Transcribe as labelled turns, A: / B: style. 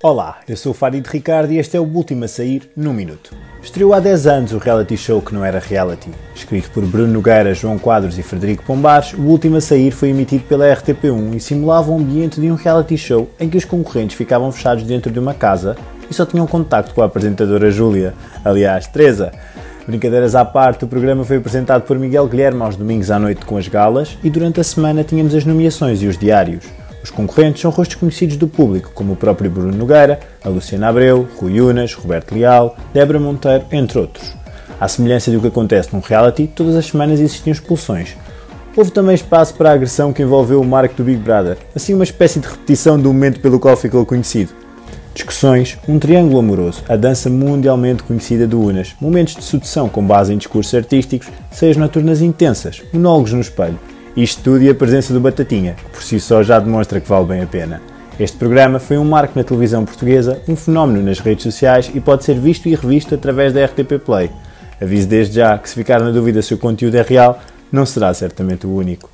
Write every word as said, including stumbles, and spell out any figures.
A: Olá, eu sou o Farid Ricardo e este é o último a sair num minuto. Estreou há dez anos o reality show que não era reality. Escrito por Bruno Nogueira, João Quadros e Frederico Pombares, o último a sair foi emitido pela R T P um e simulava o ambiente de um reality show em que os concorrentes ficavam fechados dentro de uma casa e só tinham contacto com a apresentadora Júlia, aliás, Teresa. Brincadeiras à parte, o programa foi apresentado por Miguel Guilherme aos domingos à noite com as galas e durante a semana tínhamos as nomeações e os diários. Os concorrentes são rostos conhecidos do público, como o próprio Bruno Nogueira, a Luciana Abreu, Rui Unas, Roberto Leal, Débora Monteiro, entre outros. À semelhança do que acontece num reality, todas as semanas existiam expulsões. Houve também espaço para a agressão que envolveu o Marco do Big Brother, assim uma espécie de repetição do momento pelo qual ficou conhecido. Discussões, um triângulo amoroso, a dança mundialmente conhecida do Unas, momentos de sedução com base em discursos artísticos, ceias noturnas intensas, monólogos no espelho. Isto tudo e a presença do Batatinha, que por si só já demonstra que vale bem a pena. Este programa foi um marco na televisão portuguesa, um fenómeno nas redes sociais e pode ser visto e revisto através da R T P Play. Aviso desde já que se ficar na dúvida se o conteúdo é real, não será certamente o único.